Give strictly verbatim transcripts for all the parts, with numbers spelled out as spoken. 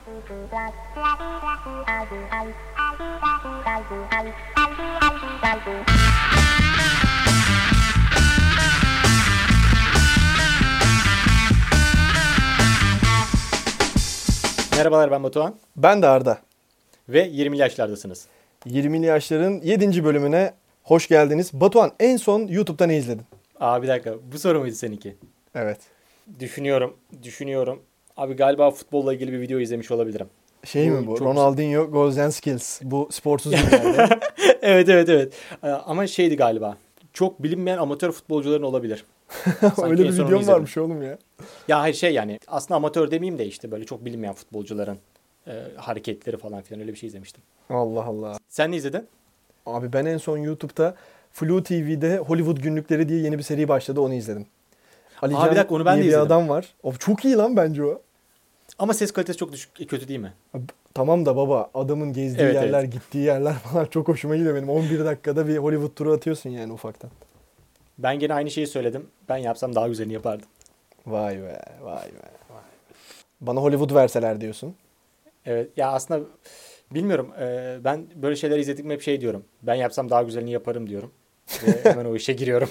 Merhabalar, ben Batuhan. Ben de Arda. Ve yirmili yaşlardasınız. yirmili yaşların yedinci bölümüne hoş geldiniz. Batuhan, en son YouTube'da ne izledin? Aa bir dakika, bu soru muydu seninki? Evet. Düşünüyorum, düşünüyorum. Abi galiba futbolla ilgili bir video izlemiş olabilirim. Şey Bu mi bu? çok- Ronaldinho Goals and Skills. Bu sporsuz günlerde. Evet evet evet. Ee, Ama şeydi galiba. Çok bilinmeyen amatör futbolcuların olabilir. Sanki Öyle en bir son onu videom izledim. varmış oğlum ya. Ya hayır şey yani aslında amatör demeyeyim de işte böyle çok bilinmeyen futbolcuların e, hareketleri falan filan öyle bir şey izlemiştim. Allah Allah. Sen ne izledin? Abi ben en son YouTube'da Flu T V'de Hollywood Günlükleri diye yeni bir seri başladı, onu izledim. Ali Aa, bir dakika, onu ben diye de bir izledim. adam var. O çok iyi lan bence o. Ama ses kalitesi çok düşük, kötü değil mi? Abi, tamam da baba, adamın gezdiği Evet, yerler, evet. gittiği yerler falan çok hoşuma gidiyor benim. on bir dakikada bir Hollywood turu atıyorsun yani ufaktan. Ben gene aynı şeyi söyledim. Ben yapsam daha güzelini yapardım. Vay be, vay be, vay be. Bana Hollywood verseler diyorsun. Evet ya aslında bilmiyorum. Ee, ben böyle şeyler izlediğimde hep şey diyorum. Ben yapsam daha güzelini yaparım diyorum. Ve hemen o işe giriyorum.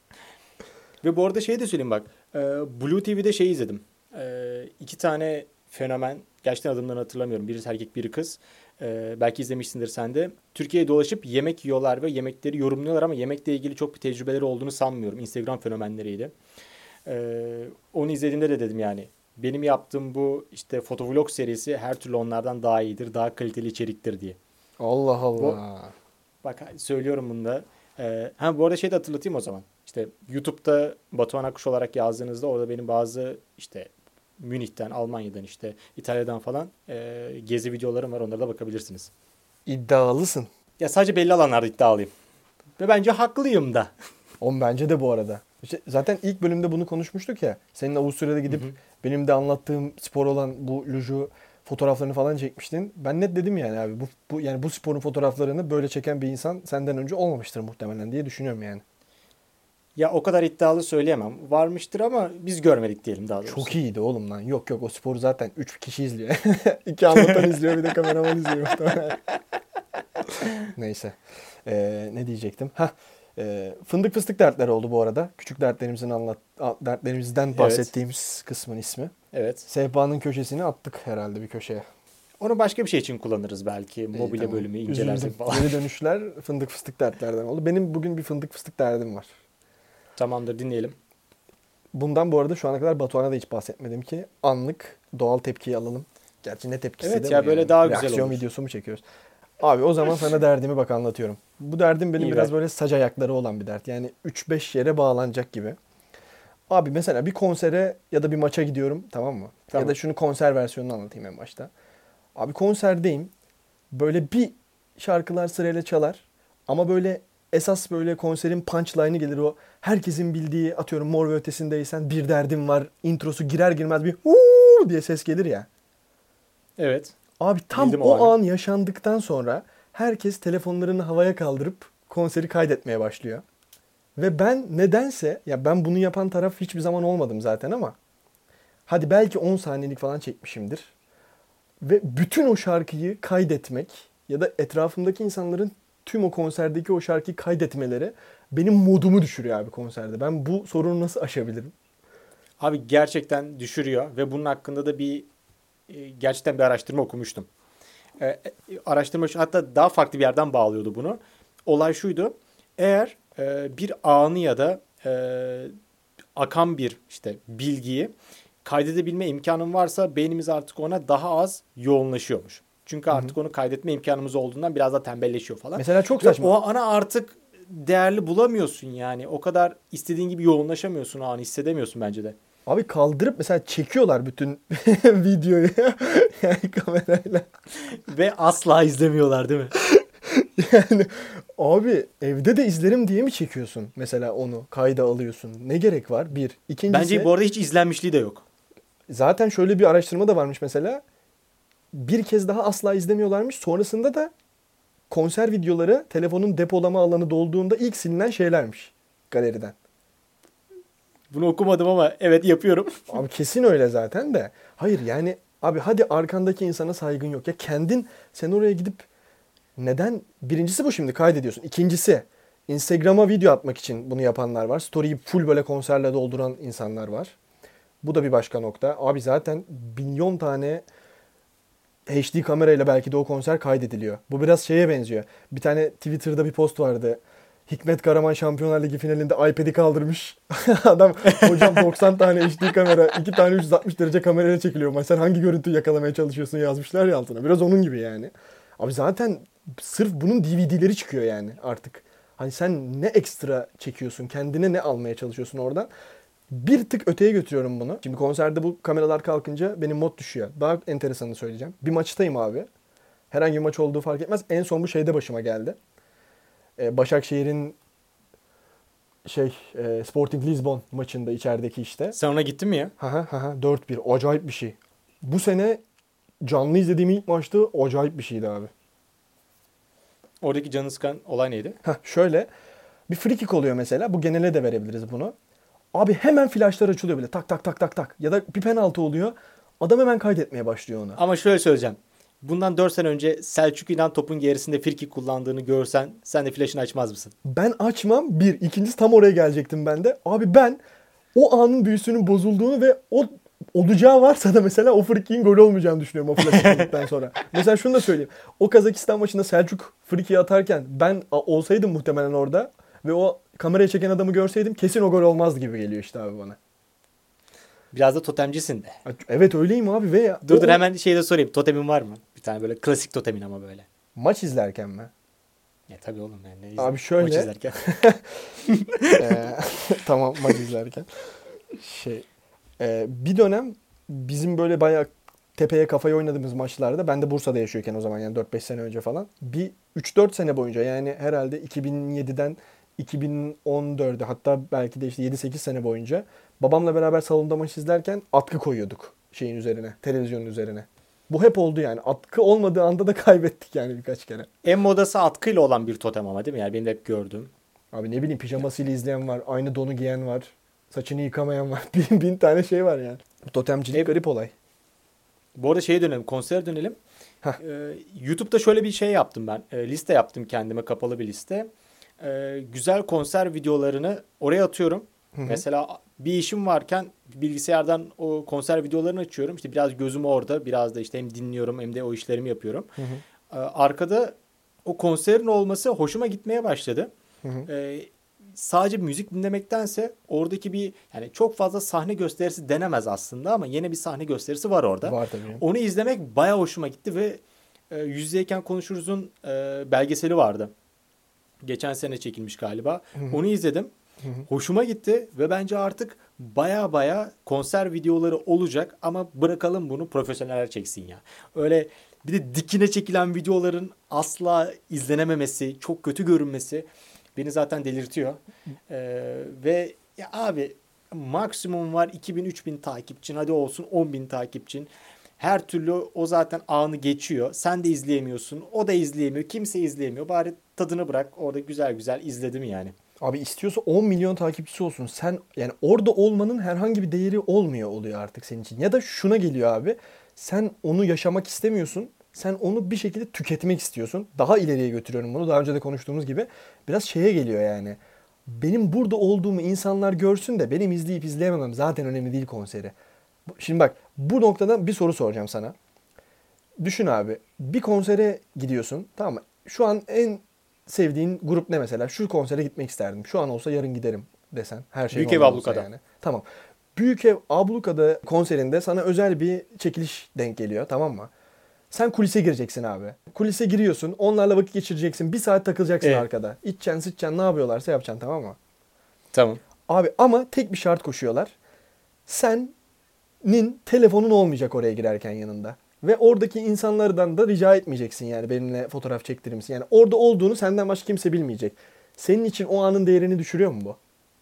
Ve bu arada şey de söyleyeyim bak. e, Blue T V'de şey izledim. E, iki tane fenomen. Gerçekten adımlarını hatırlamıyorum. Birisi erkek, biri kız. E, belki izlemişsindir sen de. Türkiye'ye dolaşıp yemek yiyorlar ve yemekleri yorumluyorlar ama yemekle ilgili çok bir tecrübeleri olduğunu sanmıyorum. Instagram fenomenleriydi. E, Onu izlediğimde de dedim yani. Benim yaptığım bu işte fotovlog serisi her türlü onlardan daha iyidir, daha kaliteli içeriktir diye. Allah Allah. Bak söylüyorum bunu da. Ee, ha bu arada şey de hatırlatayım o zaman. İşte YouTube'da Batuhan Akkuş olarak yazdığınızda orada benim bazı işte Münih'ten, Almanya'dan işte İtalya'dan falan e, gezi videolarım var. Onlara da bakabilirsiniz. İddialısın. Ya sadece belli alanlarda iddialıyım. Ve bence haklıyım da. On bence de bu arada. İşte zaten ilk bölümde bunu konuşmuştuk ya. Senin Avusturya'da gidip Hı hı. benim de anlattığım spor olan bu luju fotoğraflarını falan çekmiştin. Ben net dedim yani abi bu, bu yani bu sporun fotoğraflarını böyle çeken bir insan senden önce olmamıştır muhtemelen diye düşünüyorum yani. Ya o kadar iddialı söyleyemem. Varmıştır ama biz görmedik diyelim daha doğrusu. Çok iyiydi oğlum lan. Yok yok, o sporu zaten üç kişi izliyor. iki anlatan izliyor, bir de kameraman izliyor muhtemelen. Neyse. Ee, ne diyecektim? Hah. Ee, fındık fıstık dertler oldu bu arada. Küçük dertlerimizin anlat a- dertlerimizden bahsettiğimiz kısmın ismi. Evet. Sehpanın köşesini attık herhalde bir köşeye. Onu başka bir şey için kullanırız belki. İyi, Mobilya tamam. bölümü incelersek Üzüldüm. falan. Geri dönüşler fındık fıstık dertlerden oldu. Benim bugün bir fındık fıstık derdim var. Tamamdır, dinleyelim. Bundan bu arada şu ana kadar Batuhan'a da hiç bahsetmedim ki anlık doğal tepkiyi alalım. Gerçi ne tepkisi Evet de ya, bu böyle yani. daha güzel Reaksiyon olur. videosu mu çekiyoruz? Abi o zaman sana derdimi bak anlatıyorum. Bu derdim benim İyi biraz ver. böyle sac ayakları olan bir dert. Yani üç beş yere bağlanacak gibi. Abi mesela bir konsere ya da bir maça gidiyorum, tamam mı? Tamam. Ya da şunu konser versiyonunu anlatayım en başta. Abi konserdeyim. Böyle bir şarkılar sırayla çalar. Ama böyle esas böyle konserin punchline'ı gelir, o herkesin bildiği, atıyorum Mor ve Ötesi'ndeysen bir derdim var introsu girer girmez bir uuu diye ses gelir ya. Evet. Abi tam Bildim o o anı. an yaşandıktan sonra herkes telefonlarını havaya kaldırıp konseri kaydetmeye başlıyor. Ve ben nedense, ya ben bunu yapan taraf hiçbir zaman olmadım zaten ama hadi belki on saniyelik falan çekmişimdir. Ve bütün o şarkıyı kaydetmek ya da etrafımdaki insanların tüm o konserdeki o şarkıyı kaydetmeleri benim modumu düşürüyor abi konserde. Ben bu sorunu nasıl aşabilirim? Abi gerçekten düşürüyor ve bunun hakkında da bir e, gerçekten bir araştırma okumuştum. E, e, araştırma şu- hatta daha farklı bir yerden bağlıyordu bunu. Olay şuydu. Eğer e, bir anı ya da e, akan bir işte bilgiyi kaydedebilme imkanın varsa beynimiz artık ona daha az yoğunlaşıyormuş. Çünkü artık onu kaydetme imkanımız olduğundan biraz daha tembelleşiyor falan. Mesela çok Ve saçma. o ana artık değerli bulamıyorsun yani. O kadar istediğin gibi yoğunlaşamıyorsun o anı, hissedemiyorsun bence de. Abi kaldırıp mesela çekiyorlar bütün videoyu yani kamerayla. Ve asla izlemiyorlar değil mi? Yani abi evde de izlerim diye mi çekiyorsun mesela, onu kayda alıyorsun? Ne gerek var? Bir. İkincisi, Bence bu arada hiç izlenmişliği de yok. zaten şöyle bir araştırma da varmış mesela. Bir kez daha asla izlemiyorlarmış. Sonrasında da konser videoları telefonun depolama alanı dolduğunda ilk silinen şeylermiş galeriden. Bunu okumadım ama evet yapıyorum. Abi kesin öyle zaten de. Hayır yani Abi hadi arkandaki insana saygın yok. Ya kendin sen oraya gidip neden? Birincisi bu, şimdi kaydediyorsun. İkincisi Instagram'a video atmak için bunu yapanlar var. Story'yi full böyle konserle dolduran insanlar var. Bu da bir başka nokta. Abi zaten milyon tane H D kamerayla belki de o konser kaydediliyor. Bu biraz şeye benziyor. Bir tane Twitter'da bir post vardı. Hikmet Karaman Şampiyonlar Ligi finalinde iPad'i kaldırmış. Adam hocam doksan tane H D kamera, iki tane üç yüz altmış derece kamerayla çekiliyor maç. Sen hangi görüntüyü yakalamaya çalışıyorsun yazmışlar ya altına. Biraz onun gibi yani. Abi zaten sırf bunun D V D'leri çıkıyor yani artık. Hani sen ne ekstra çekiyorsun? Kendine ne almaya çalışıyorsun oradan? Bir tık öteye götürüyorum bunu. Şimdi konserde bu kameralar kalkınca benim mod düşüyor. Daha enteresanını söyleyeceğim. Bir maçtayım abi. Herhangi bir maç olduğu fark etmez. En son bu şeyde başıma geldi. Ee, Başakşehir'in şey e, Sporting Lisbon maçında içerideki işte. Sen ona gittin mi ya? Haha haha dört bir. Acayip bir şey. Bu sene canlı izlediğim ilk maçtı. Acayip bir şeydi abi. Oradaki canını sıkan olay neydi? Heh, şöyle bir free kick oluyor mesela. Bu genele de verebiliriz bunu. Abi hemen flaşlar açılıyor bile. Tak tak tak tak tak. Ya da bir penaltı oluyor. Adam hemen kaydetmeye başlıyor onu. Ama şöyle söyleyeceğim. Bundan dört sene önce Selçuk İnan topun gerisinde friki kullandığını görsen sen de flash'ını açmaz mısın? Ben açmam. Bir. İkincisi tam oraya gelecektim ben de. Abi ben o anın büyüsünün bozulduğunu ve o olacağı varsa da mesela o frikiğin gol olmayacağını düşünüyorum o flash atıldıktan sonra. Mesela şunu da söyleyeyim. O Kazakistan maçında Selçuk frikiği atarken ben olsaydım muhtemelen orada ve o kameraya çeken adamı görseydim kesin o gol olmazdı gibi geliyor işte abi bana. Biraz da totemcisin de. Evet öyleyim abi ve... Dur o, dur hemen şey de sorayım. Totemin var mı? Bir tane böyle klasik totemin ama böyle. Maç izlerken mi? Ya tabii oğlum yani. Ne Abi izle- şöyle- Maç izlerken. Ee, tamam maç izlerken. Şey, e, bir dönem bizim böyle bayağı tepeye kafayı oynadığımız maçlarda, ben de Bursa'da yaşıyorken o zaman yani dört beş sene önce falan, bir üç dört sene boyunca yani herhalde iki bin yediden iki bin on dörde hatta belki de işte yedi sekiz sene boyunca babamla beraber salonda maç izlerken atkı koyuyorduk şeyin üzerine, televizyonun üzerine. Bu hep oldu yani. Atkı olmadığı anda da kaybettik yani birkaç kere. En modası atkıyla olan bir totem ama değil mi? Yani benim de hep gördüğüm. Abi ne bileyim pijamasıyla izleyen var, aynı donu giyen var, saçını yıkamayan var. Bin, bin tane şey var yani. Totemcilik Hep- garip olay. Bu arada şeye dönelim. Konsere dönelim. Heh. Ee, YouTube'da şöyle bir şey yaptım ben. Ee, liste yaptım kendime. Kapalı bir liste. Ee, güzel konser videolarını oraya atıyorum. Hı hı. Mesela bir işim varken bilgisayardan o konser videolarını açıyorum. İşte biraz gözüm orada. Biraz da işte hem dinliyorum hem de o işlerimi yapıyorum. Hı hı. Ee, arkada o konserin olması hoşuma gitmeye başladı. Hı hı. Ee, sadece müzik dinlemektense oradaki bir yani çok fazla sahne gösterisi denemez aslında ama yine bir sahne gösterisi var orada. Var tabii. Onu izlemek bayağı hoşuma gitti ve e, Yüz Yüzeyken Konuşuruz'un e, belgeseli vardı. Geçen sene çekilmiş galiba. Hı hı. Onu izledim. Hı hı. Hoşuma gitti ve bence artık baya baya konser videoları olacak ama bırakalım bunu profesyoneller çeksin ya. Öyle bir de dikine çekilen videoların asla izlenememesi, çok kötü görünmesi beni zaten delirtiyor. Ee, ve ya abi maksimum var iki bin üç bin takipçin, hadi olsun on bin takipçin. Her türlü o zaten anı geçiyor. Sen de izleyemiyorsun. O da izleyemiyor. Kimse izleyemiyor. Bari tadını bırak. Orada güzel güzel izledim yani. Abi istiyorsa on milyon takipçisi olsun. Sen yani orada olmanın herhangi bir değeri olmuyor oluyor artık senin için. Ya da şuna geliyor abi. Sen onu yaşamak istemiyorsun. Sen onu bir şekilde tüketmek istiyorsun. Daha ileriye götürüyorum bunu. Daha önce de konuştuğumuz gibi. Biraz şeye geliyor yani. Benim burada olduğumu insanlar görsün de benim izleyip izleyememem zaten önemli değil konseri. Bu- Şimdi bak bu noktada bir soru soracağım sana. Düşün abi. Bir konsere gidiyorsun. Tamam mı? Şu an en sevdiğin grup ne mesela? Şu konsere gitmek isterdim. Şu an olsa yarın giderim desen. Her şey Büyük Ev normal olsa Abluka'da. yani. Tamam. Büyük Ev Abluka'da konserinde sana özel bir çekiliş denk geliyor. Tamam mı? Sen kulise gireceksin abi. Kulise giriyorsun. Onlarla vakit geçireceksin. Bir saat takılacaksın Evet. arkada. İçeceksin, sıçacaksın, ne yapıyorlarsa yapacaksın, tamam mı? Tamam. Abi ama tek bir şart koşuyorlar. Senin telefonun olmayacak oraya girerken yanında. Ve oradaki insanlardan da rica etmeyeceksin yani benimle fotoğraf çektirir misin? Yani orada olduğunu senden başka kimse bilmeyecek. Senin için o anın değerini düşürüyor mu bu?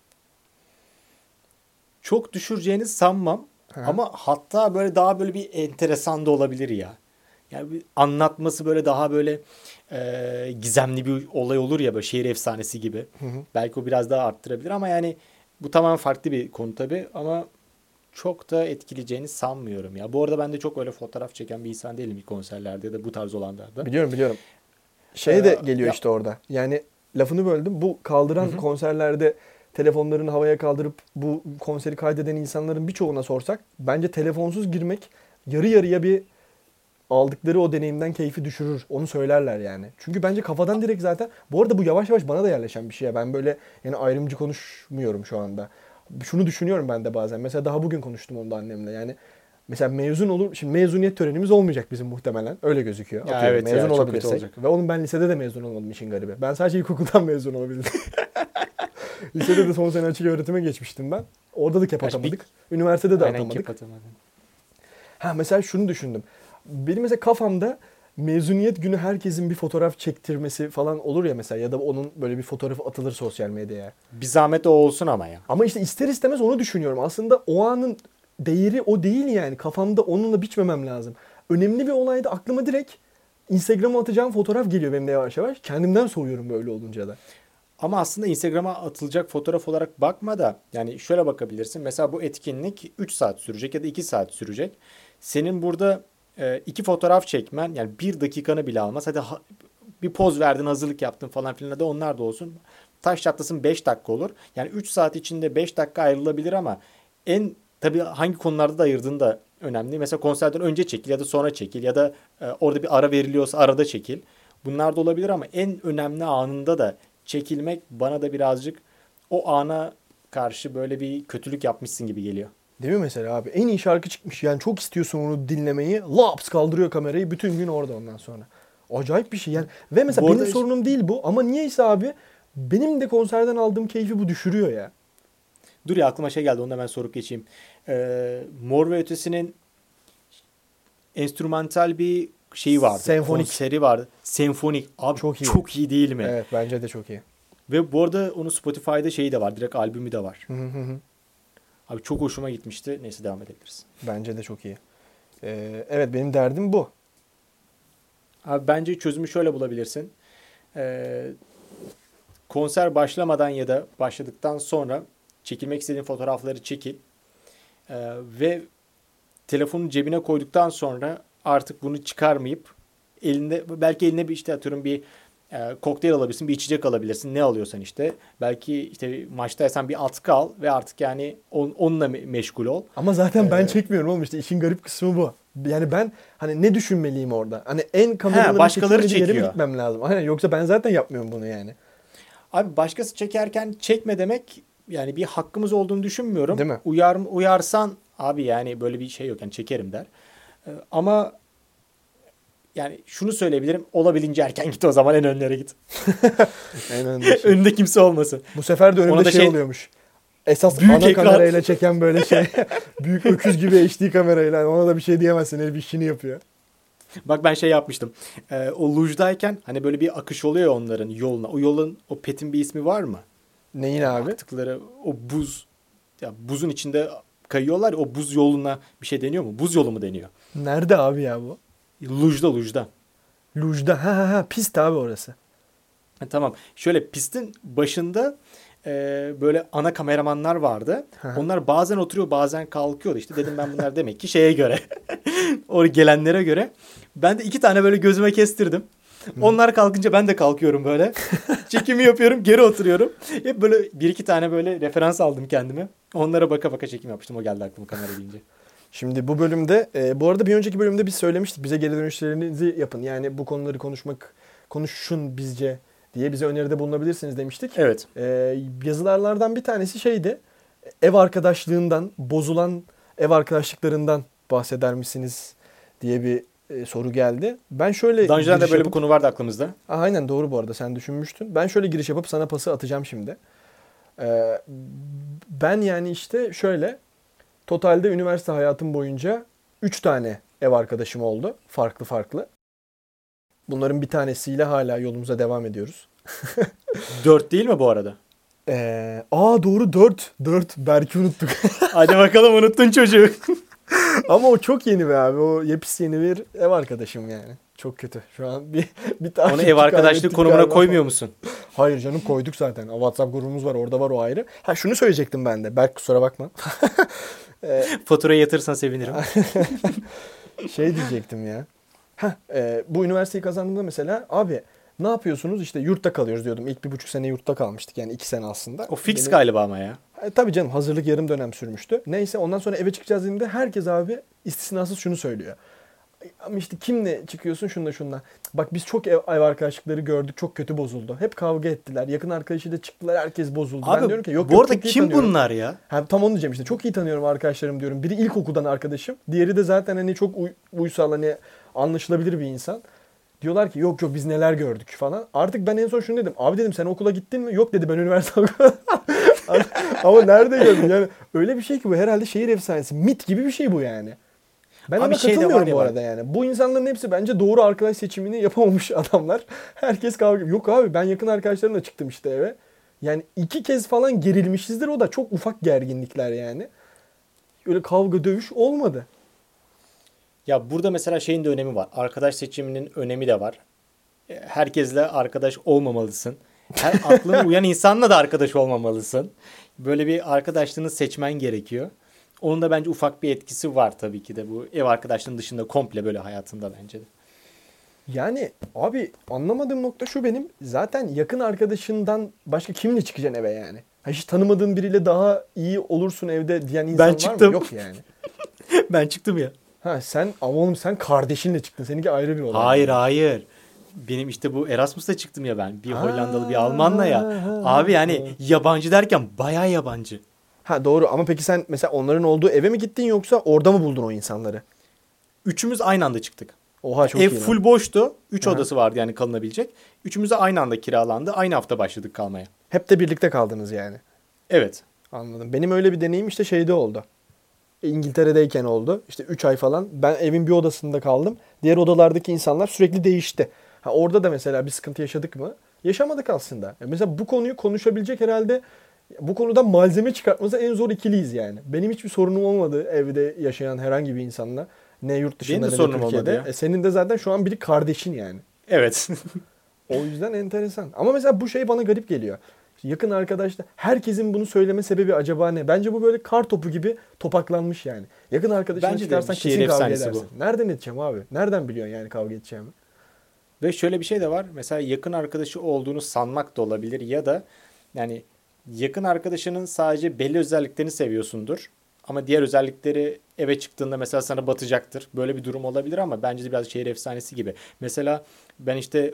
Çok düşüreceğini sanmam. Hı. Ama hatta böyle daha böyle bir enteresan da olabilir ya. Yani bir anlatması böyle daha böyle e, gizemli bir olay olur ya, böyle şehir efsanesi gibi. Hı hı. Belki o biraz daha arttırabilir ama yani bu tamamen farklı bir konu tabii ama çok da etkileyeceğini sanmıyorum ya. Bu arada ben de çok öyle fotoğraf çeken bir insan değilim konserlerde ya da bu tarz olanlarda. Biliyorum biliyorum. Şey de Ee, geliyor ya- işte orada. Yani lafını böldüm. Bu kaldıran Hı hı. konserlerde telefonlarını havaya kaldırıp bu konseri kaydeden insanların birçoğuna sorsak bence telefonsuz girmek yarı yarıya bir aldıkları o deneyimden keyfi düşürür. Onu söylerler yani. Çünkü bence kafadan direkt zaten bu arada bu yavaş yavaş bana da yerleşen bir şey ya. Ben böyle yani ayrımcı konuşmuyorum şu anda. Şunu düşünüyorum ben de bazen. Mesela daha bugün konuştum onu da annemle. Yani mesela mezun olur. Şimdi mezuniyet törenimiz olmayacak bizim muhtemelen. Öyle gözüküyor. Ya Atıyorum, evet ya, mezun çok kötü olabilirsek. olacak. Ve onun ben lisede de mezun olmadım işin garibi. Ben sadece ilkokuldan mezun olabildim. Lisede de son sene açık öğretime geçmiştim ben. Orada da kep Kaç bir- atamadık. Üniversitede de Aynen, atamadık. kapatamadım. Ha mesela şunu düşündüm. Benim mesela kafamda mezuniyet günü herkesin bir fotoğraf çektirmesi falan olur ya mesela ya da onun böyle bir fotoğrafı atılır sosyal medyaya. Bir zahmet o olsun ama ya. Ama işte ister istemez onu düşünüyorum. Aslında o anın değeri o değil yani. Kafamda onunla biçmemem lazım. Önemli bir olayda aklıma direkt Instagram'a atacağım fotoğraf geliyor benim de yavaş yavaş. Kendimden soğuyorum böyle olunca da. Ama aslında Instagram'a atılacak fotoğraf olarak bakma da yani şöyle bakabilirsin. Mesela bu etkinlik üç saat sürecek ya da iki saat sürecek. Senin burada e, iki fotoğraf çekmen yani bir dakikanı bile almaz. Hadi ha- bir poz verdin, hazırlık yaptın falan filan da onlar da olsun. Taş çatlasın beş dakika olur. Yani üç saat içinde beş dakika ayrılabilir ama en tabii hangi konularda da ayırdığın da önemli. Mesela konserden önce çekil ya da sonra çekil ya da e, orada bir ara veriliyorsa arada çekil. Bunlar da olabilir ama en önemli anında da çekilmek bana da birazcık o ana karşı böyle bir kötülük yapmışsın gibi geliyor. Değil mi mesela abi? En iyi şarkı çıkmış. Yani çok istiyorsun onu dinlemeyi. Laps kaldırıyor kamerayı. Bütün gün orada ondan sonra. Acayip bir şey yani. Ve mesela Bu benim arada- sorunum değil bu. Ama niyeyse abi benim de konserden aldığım keyfi bu düşürüyor ya. Dur ya, aklıma şey geldi, onu da ben sorup geçeyim. Ee, Mor ve Ötesi'nin enstrümantal bir şeyi vardı. Senfonik. Konseri vardı. Senfonik. Abi Çok iyi. çok iyi değil mi? Evet bence de çok iyi. Ve bu arada onun Spotify'da şeyi de var. Direkt albümü de var. Hı hı hı. Abi çok hoşuma gitmişti. Neyse, devam edebiliriz. Bence de çok iyi. Ee, evet benim derdim bu. Abi bence çözümü şöyle bulabilirsin. Ee, konser başlamadan ya da başladıktan sonra çekilmek istediğin fotoğrafları çekil. Ee, ve telefonu cebine koyduktan sonra artık bunu çıkarmayıp elinde, belki eline bir işte atıyorum bir e, kokteyl alabilirsin, bir içecek alabilirsin. Ne alıyorsan işte. Belki işte maçtaysan bir atkı al ve artık yani on, onunla me- meşgul ol. Ama zaten ben Ee, çekmiyorum oğlum işte işin garip kısmı bu. Yani ben hani ne düşünmeliyim orada? Hani en kameranın başkaları çekilmediği yere mi çekiyor. gitmem lazım? Aynen yoksa ben zaten yapmıyorum bunu yani. Abi başkası çekerken çekme demek yani bir hakkımız olduğunu düşünmüyorum. Değil mi? Uyar, uyarsan abi yani böyle bir şey yok yani çekerim der. Ee, ama yani şunu söyleyebilirim. Olabildiğince erken git o zaman, en önlere git. En önde. Önünde kimse olmasın. Bu sefer de Ona önümde da şey, şey- oluyormuş. Esas Büyük ana ekran. kamerayla çeken böyle şey. Büyük öküz gibi H D kamerayla. Yani ona da bir şey diyemezsin. Herif işini yapıyor. Bak ben şey yapmıştım. Ee, o lujdayken hani böyle bir akış oluyor ya onların yoluna. O yolun, o petin bir ismi var mı? Neyin abi? Baktıkları o buz, ya buzun içinde kayıyorlar ya, o buz yoluna bir şey deniyor mu? Buz yolu mu deniyor? Nerede abi ya bu? Lujda, lujda. Lujda. Ha ha ha. Pist abi orası. Ha, tamam. Şöyle pistin başında e, böyle ana kameramanlar vardı. Hı hı. Onlar bazen oturuyor bazen kalkıyordu. İşte dedim ben bunlar demek ki şeye göre. Oraya gelenlere göre. Ben de iki tane böyle gözüme kestirdim. Onlar kalkınca ben de kalkıyorum böyle. Çekimi yapıyorum, geri oturuyorum. Hep böyle bir iki tane böyle referans aldım kendime. Onlara baka baka çekim yapmıştım. O geldi aklıma kamera deyince. Şimdi bu bölümde, e, bu arada bir önceki bölümde biz söylemiştik. Bize geri dönüşlerinizi yapın. Yani bu konuları konuşmak, konuşun bizce diye bize öneride bulunabilirsiniz demiştik. Evet. E, yazılarlardan bir tanesi şeydi. Ev arkadaşlığından, bozulan ev arkadaşlıklarından bahseder misiniz diye bir e, soru geldi. Ben şöyle Daha önceden de giriş böyle bir yapıp- konu vardı aklımızda. Aa, aynen doğru bu arada sen düşünmüştün. Ben şöyle giriş yapıp sana pası atacağım şimdi. Ee, ben yani işte şöyle totalde üniversite hayatım boyunca üç tane ev arkadaşım oldu. Farklı farklı. Bunların bir tanesiyle hala yolumuza devam ediyoruz. Dört değil mi bu arada? Ee, aa doğru dört dört Berk'i unuttuk. Hadi bakalım, unuttun çocuğu. Ama o çok yeni be abi. O yepis yeni bir ev arkadaşım yani. Çok kötü. Şu an bir bir Onu takipçi ev arkadaşlık kaybettik konumuna galiba. koymuyor musun? Hayır canım koyduk zaten. WhatsApp grubumuz var. Orada var o ayrı. Ha şunu söyleyecektim ben de. Berk kusura bakma. Ee, Faturayı yatırırsan sevinirim. şey diyecektim ya. Heh, e, bu üniversiteyi kazandığımda mesela abi ne yapıyorsunuz? İşte yurtta kalıyoruz diyordum. İlk bir buçuk sene yurtta kalmıştık. Yani iki sene aslında. O fix Benim, galiba ama ya. e, tabii canım hazırlık yarım dönem sürmüştü. Neyse ondan sonra eve çıkacağız dediğimde herkes abi istisnasız şunu söylüyor. Ama işte kimle çıkıyorsun şunla şunla. Bak biz çok ev, ev arkadaşlıkları gördük. Çok kötü bozuldu. Hep kavga ettiler. Yakın arkadaşıyla çıktılar. Herkes bozuldu. Abi ben diyorum ki yok bu yok arada çok iyi kim tanıyorum. bunlar ya? Ha, tam onu diyeceğim işte. Çok iyi tanıyorum arkadaşlarım diyorum. Biri ilkokuldan arkadaşım. Diğeri de zaten hani çok uy- uysal hani anlaşılabilir bir insan. Diyorlar ki yok yok biz neler gördük falan. Artık ben en son şunu dedim. Abi dedim sen okula gittin mi? Yok dedi ben üniversite okudum. Ama nerede gördün? Yani öyle bir şey ki bu herhalde şehir efsanesi. Mit gibi bir şey bu yani. Ben Abi ona şey de katılmıyorum var ya bu bak. arada yani. Bu insanların hepsi bence doğru arkadaş seçimini yapamamış adamlar. Herkes kavga. Yok abi ben yakın arkadaşlarımla çıktım işte eve. Yani iki kez falan gerilmişizdir. O da çok ufak gerginlikler yani. Öyle kavga dövüş olmadı. Ya burada mesela şeyin de önemi var. Arkadaş seçiminin önemi de var. E, Herkesle arkadaş olmamalısın. Her aklına uyan insanla da arkadaş olmamalısın. Böyle bir arkadaşlığını seçmen gerekiyor. Onun da bence ufak bir etkisi var tabii ki de bu ev arkadaşlığının dışında komple böyle hayatında bence de. Yani abi anlamadığım nokta şu benim. Zaten yakın arkadaşından başka kimle çıkacaksın eve yani? Ha, hiç tanımadığın biriyle daha iyi olursun evde diyen insan Ben var çıktım. mı? Yok yani. Ben çıktım ya. Ha sen ama oğlum sen kardeşinle çıktın. Seninki ayrı bir olay. Hayır yani. hayır. Benim işte bu Erasmus'ta çıktım ya ben. Bir Ha, Hollandalı bir Almanla ya. ha, ha, Abi ha. yani yabancı derken bayağı yabancı. Ha doğru ama peki sen mesela onların olduğu eve mi gittin yoksa orada mı buldun o insanları? Üçümüz aynı anda çıktık. Oha çok Ev iyi lan. full boştu. Üç Aha. odası vardı yani kalınabilecek. Üçümüz de aynı anda kiralandı. Aynı hafta başladık kalmaya. Hep de birlikte kaldınız yani. Evet. Anladım. Benim öyle bir deneyim işte şeyde oldu. İngiltere'deyken oldu. İşte üç ay falan. Ben evin bir odasında kaldım. Diğer odalardaki insanlar sürekli değişti. Ha orada da mesela bir sıkıntı yaşadık mı? Yaşamadık aslında. Ya mesela bu konuyu konuşabilecek herhalde bu konuda malzeme çıkartması en zor ikiliyiz yani. Benim hiçbir sorunum olmadı evde yaşayan herhangi bir insanla. Ne yurt dışında Benim de ne de sorunum Türkiye'de. olmadı ya. E senin de zaten şu an biri kardeşin yani. Evet. O yüzden enteresan. Ama mesela bu şey bana garip geliyor. Yakın arkadaşlar herkesin bunu söyleme sebebi acaba ne? Bence bu böyle kar topu gibi topaklanmış yani. Yakın arkadaşına Bence de çıkarsan bir şehir kesin kavga efsanesi edersin. Nereden edeceğim abi? Nereden biliyorsun yani kavga edeceğimi? Ve şöyle bir şey de var. Mesela yakın arkadaşı olduğunu sanmak da olabilir ya da yani yakın arkadaşının sadece belli özelliklerini seviyorsundur. Ama diğer özellikleri eve çıktığında mesela sana batacaktır. Böyle bir durum olabilir ama bence de biraz şehir efsanesi gibi. Mesela ben işte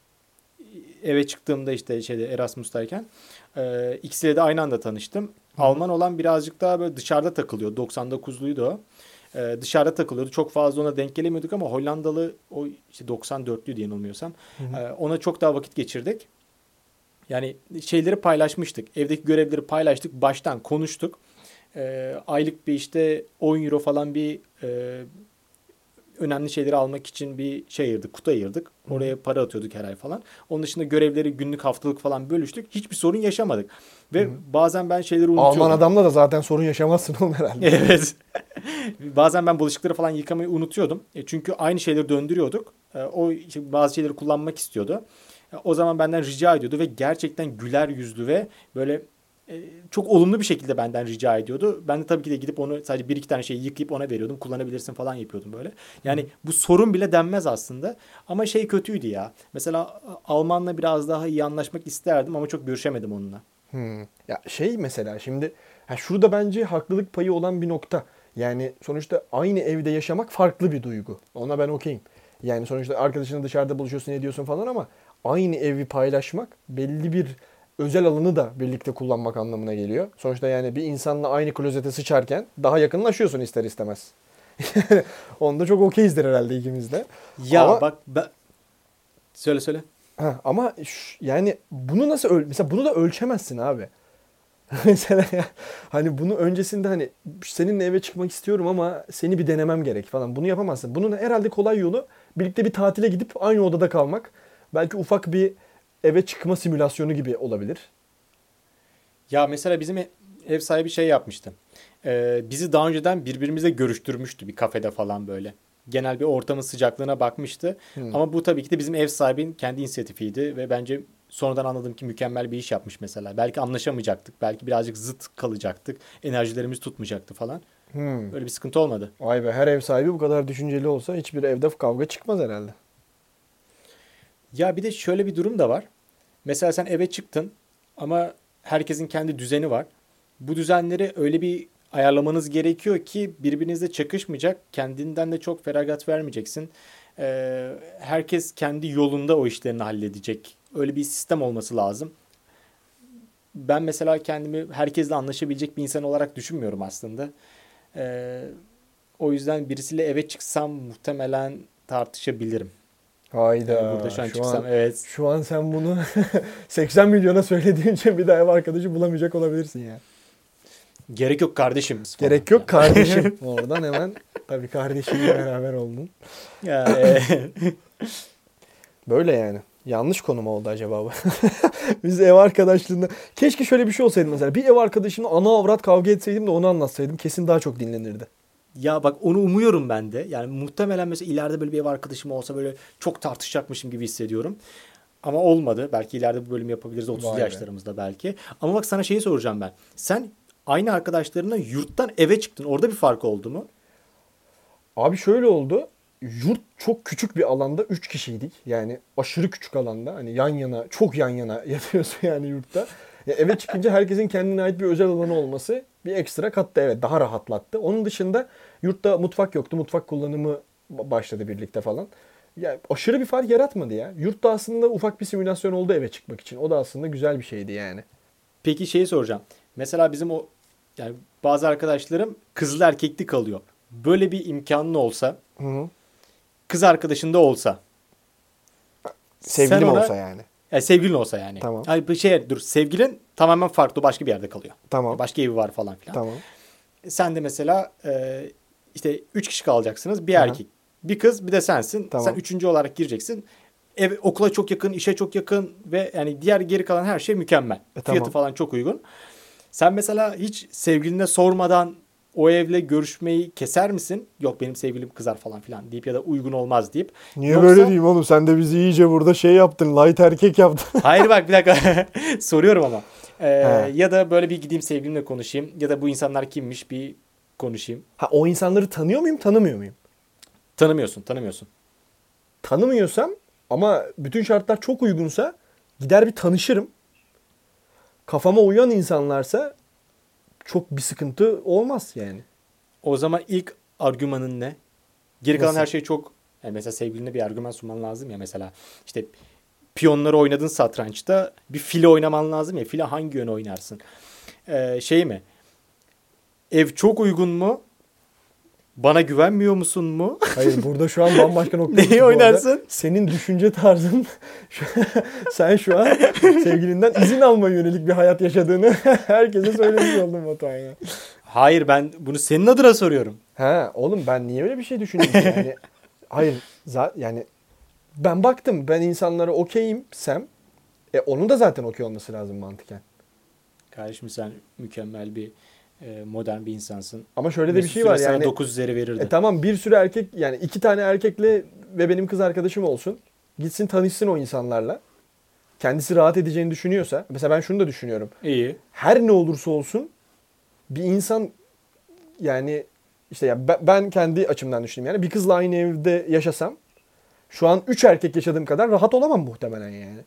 eve çıktığımda işte şeyde Erasmus'tayken e, ikisiyle de aynı anda tanıştım. Alman olan birazcık daha böyle dışarıda takılıyor. doksan dokuzluydu o. E, dışarıda takılıyordu. Çok fazla ona denk gelemiyorduk ama Hollandalı o işte doksan dörtlüydü yanılmıyorsam. E, ona çok daha vakit geçirdik. Yani şeyleri paylaşmıştık. Evdeki görevleri paylaştık. Baştan konuştuk. E, aylık bir işte on euro falan bir e, önemli şeyleri almak için bir şey ayırdık, kutu ayırdık. Oraya para atıyorduk her ay falan. Onun dışında görevleri günlük, haftalık falan bölüştük. Hiçbir sorun yaşamadık. Ve Hı. bazen ben şeyleri unutuyordum. Alman adamla da zaten sorun yaşamazsın oğlum herhalde. Evet. Bazen ben bulaşıkları falan yıkamayı unutuyordum. E çünkü aynı şeyleri döndürüyorduk. E, o işte bazı şeyleri kullanmak istiyordu. E, o zaman benden rica ediyordu ve gerçekten güler yüzlü ve böyle e, çok olumlu bir şekilde benden rica ediyordu. Ben de tabii ki de gidip onu sadece bir iki tane şeyi yıkayıp ona veriyordum. Kullanabilirsin falan yapıyordum böyle. Yani bu sorun bile denmez aslında. Ama şey kötüydü ya. Mesela Almanla biraz daha iyi anlaşmak isterdim ama çok görüşemedim onunla. Hmm. Ya şey mesela şimdi ha şurada bence haklılık payı olan bir nokta. Yani sonuçta aynı evde yaşamak farklı bir duygu. Ona ben okeyim. Yani sonuçta arkadaşınla dışarıda buluşuyorsun ediyorsun falan ama aynı evi paylaşmak belli bir özel alanı da birlikte kullanmak anlamına geliyor. Sonuçta yani bir insanla aynı klozete sıçarken daha yakınlaşıyorsun ister istemez. Onda çok okeyizdir herhalde ikimiz de. Ya Ama bak ben... Söyle söyle. ha, ama ş- yani bunu nasıl öl mesela bunu da ölçemezsin abi. Mesela ya, hani bunu öncesinde hani seninle eve çıkmak istiyorum ama seni bir denemem gerek falan. Bunu yapamazsın. Bunun herhalde kolay yolu birlikte bir tatile gidip aynı odada kalmak. Belki ufak bir eve çıkma simülasyonu gibi olabilir. Ya mesela bizim e- ev sahibi şey yapmıştı. Ee, bizi daha önceden birbirimizle görüştürmüştü bir kafede falan böyle. Genel bir ortamın sıcaklığına bakmıştı. Hmm. Ama bu tabii ki de bizim ev sahibinin kendi inisiyatifiydi ve bence sonradan anladım ki mükemmel bir iş yapmış mesela. Belki anlaşamayacaktık, belki birazcık zıt kalacaktık, enerjilerimiz tutmayacaktı falan. Hmm. Öyle bir sıkıntı olmadı. Vay be, her ev sahibi bu kadar düşünceli olsa hiçbir evde kavga çıkmaz herhalde. Ya bir de şöyle bir durum da var. Mesela sen eve çıktın ama herkesin kendi düzeni var. Bu düzenleri öyle bir ayarlamanız gerekiyor ki birbirinizle çakışmayacak. Kendinden de çok feragat vermeyeceksin. Ee, herkes kendi yolunda o işlerini halledecek. Öyle bir sistem olması lazım. Ben mesela kendimi herkesle anlaşabilecek bir insan olarak düşünmüyorum aslında. Ee, o yüzden birisiyle eve çıksam muhtemelen tartışabilirim. Yani burada Hayda. şu an Şu an çıksam evet. şu an sen bunu seksen milyona söylediğin için bir daha ev arkadaşı bulamayacak olabilirsin ya. Gerek yok kardeşim. Gerek yok kardeşim. Oradan hemen tabii kardeşimle beraber oldun. Ya, e, Böyle yani. Yanlış konu mu oldu acaba bu? Biz ev arkadaşlığında... Keşke şöyle bir şey olsaydı mesela. Bir ev arkadaşımla ana avrat kavga etseydim de onu anlatsaydım. Kesin daha çok dinlenirdi. ya bak onu umuyorum ben de. Yani muhtemelen mesela ileride böyle bir ev arkadaşım olsa böyle çok tartışacakmışım gibi hissediyorum. Ama olmadı. Belki ileride bu bölümü yapabiliriz otuzlu Vay be. yaşlarımızda belki. Ama bak sana şeyi soracağım ben. Sen aynı arkadaşlarına yurttan eve çıktın. Orada bir fark oldu mu? Abi şöyle oldu. Yurt çok küçük bir alanda üç kişiydik. Yani aşırı küçük alanda. Hani yan yana, çok yan yana yatıyorsun yani yurtta. Ya eve çıkınca herkesin kendine ait bir özel alanı olması bir ekstra kattı, evet, daha rahatlattı. Onun dışında yurtta mutfak yoktu. Mutfak kullanımı başladı birlikte falan. Ya aşırı bir fark yaratmadı ya. Yurtta aslında ufak bir simülasyon oldu eve çıkmak için. O da aslında güzel bir şeydi yani. Peki şeyi soracağım. Mesela bizim o yani bazı arkadaşlarım kızlı erkekli kalıyor. Böyle bir imkanın olsa, Hı hı. kız arkadaşın da olsa. Sevgilim sen ona- olsa yani. Yani sevgilin olsa yani. Tamam. Ay, bir şey dur sevgilin tamamen farklı başka bir yerde kalıyor. Tamam. Başka evi var falan filan. Tamam. Sen de mesela e, işte üç kişi kalacaksınız. Bir Aha. erkek, bir kız, bir de sensin. Tamam. Sen üçüncü olarak gireceksin. Ev okula çok yakın, işe çok yakın ve yani diğer geri kalan her şey mükemmel. E, tamam. Fiyatı falan çok uygun. Sen mesela hiç sevgiline sormadan o evle görüşmeyi keser misin? Yok benim sevgilim kızar falan filan deyip ya da uygun olmaz deyip. Niye Yoksa- böyle diyeyim oğlum? Sen de bizi iyice burada şey yaptın. Light erkek yaptın. Hayır bak bir dakika soruyorum ama. Ee, He. ya da böyle bir gideyim sevgilimle konuşayım ya da bu insanlar kimmiş bir konuşayım. Ha, o insanları tanıyor muyum, tanımıyor muyum? Tanımıyorsun, tanımıyorsun. Tanımıyorsam ama bütün şartlar çok uygunsa gider bir tanışırım. Kafama uyan insanlarsa çok bir sıkıntı olmaz yani. O zaman ilk argümanın ne? Geri kalan Nasıl? her şey çok... Yani mesela sevgiline bir argüman sunman lazım ya mesela. İşte piyonları oynadın satrançta bir file oynaman lazım ya. File hangi yöne oynarsın? Ee, şey mi? Ev çok uygun mu? Bana güvenmiyor musun mu? Hayır, burada şu an bambaşka noktaya Neyi gittik bu arada. oynarsın? Senin düşünce tarzın şu- sen şu an sevgilinden izin almaya yönelik bir hayat yaşadığını herkese söylemiş oldun Batuhan ya. Hayır ben bunu senin adına soruyorum. Ha oğlum, ben niye öyle bir şey düşüneyim ki yani? Hayır za- yani ben baktım, ben insanlara okeyim Sem. E onun da zaten okey olması lazım mantıken. Kardeşim sen mükemmel bir e, modern bir insansın. Ama şöyle de bir Mesut şey Süre var sana yani. dokuz üzeri verirdi. E tamam, bir sürü erkek, yani iki tane erkekle ve benim kız arkadaşım olsun. Gitsin tanışsın o insanlarla. Kendisi rahat edeceğini düşünüyorsa. Mesela ben şunu da düşünüyorum. İyi. Her ne olursa olsun bir insan, yani işte ya ben, ben kendi açımdan düşüneyim yani. Bir kızla aynı evde yaşasam şu an üç erkek yaşadığım kadar rahat olamam muhtemelen yani.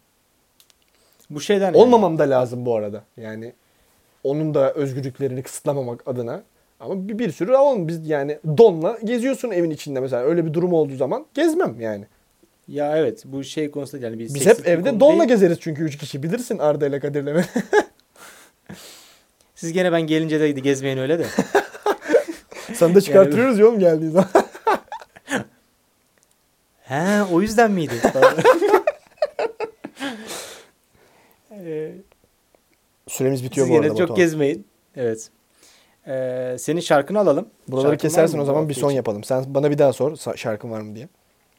Bu şeyden Olmamam da lazım bu arada. Yani onun da özgürlüklerini kısıtlamamak adına. Ama bir, bir sürü oğlum biz yani donla geziyorsun evin içinde mesela. Öyle bir durum olduğu zaman gezmem yani. Ya evet bu şey konusunda yani bir Biz seksist hep bir evde konu donla değil. gezeriz çünkü üç kişi. Bilirsin Arda ile Kadir'le beni. Siz gene ben gelince de gezmeyin öyle de. Sana da çıkarttırıyoruz ya oğlum geldiği zaman. He o yüzden miydi? Ee, Süremiz bitiyor Siz bu arada gene çok Batuhan. gezmeyin. Evet. Ee, senin şarkını alalım. Buraları Şarkın var kesersin mı o bu zaman bir hafta son için? yapalım. Sen bana bir daha sor sa- şarkın var mı diye.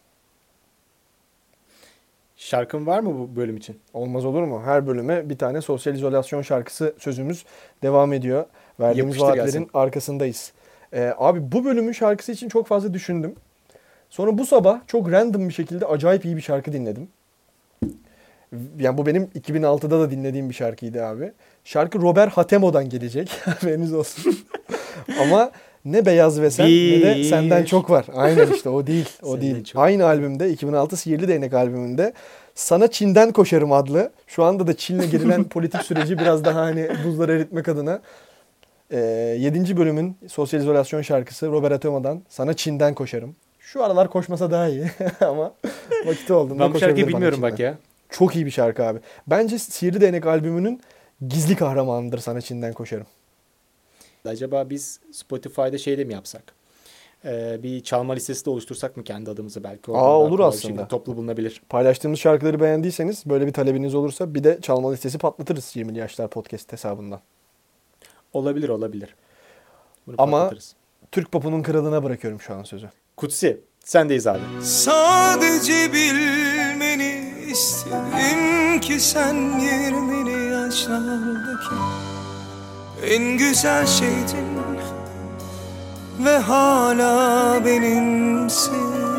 Şarkın var mı bu bölüm için? Olmaz olur mu? Her bölüme bir tane sosyal izolasyon şarkısı sözümüz devam ediyor. Verdiğimiz Yapıştır vaatlerin gelsin. arkasındayız. Ee, abi bu bölümün şarkısı için çok fazla düşündüm. Sonra bu sabah çok random bir şekilde acayip iyi bir şarkı dinledim. Yani bu benim iki bin altıda da dinlediğim bir şarkıydı abi. Şarkı Robert Hatemo'dan gelecek. Haberiniz olsun. Ama Ne Beyaz ve Sen ne de Bir. Senden Çok Var. Aynen işte o değil. O Senden değil. Çok. Aynı albümde iki bin altı Sihirli Değnek albümünde Sana Çin'den Koşarım adlı, şu anda da Çin'le gerilen politik süreci biraz daha hani buzları eritmek adına e, yedinci bölümün sosyal izolasyon şarkısı Robert Atoma'dan Sana Çin'den Koşarım. Şu aralar koşmasa daha iyi ama vakti olduğunda Ben bu şarkıyı koşabilir bana bilmiyorum bak Çin'den. ya. Çok iyi bir şarkı abi. Bence Sihirli Değnek albümünün gizli kahramanıdır Sana Çin'den Koşarım. Acaba biz Spotify'da şey de mi yapsak? Ee, bir çalma listesi de oluştursak mı kendi adımıza belki? Oradan Aa, daha olur kolay bir aslında. şekilde toplu bulunabilir. Paylaştığımız şarkıları beğendiyseniz, böyle bir talebiniz olursa bir de çalma listesi patlatırız yirmili Yaşlar Podcast hesabından. Olabilir olabilir. Bunu Ama patlatırız. Türk popunun kralına bırakıyorum şu an sözü. Kutsi sendeyiz abi. Sadece bilmeni istedim ki sen yirmili yaşlardaki en güzel şeydin ve hala benimsin.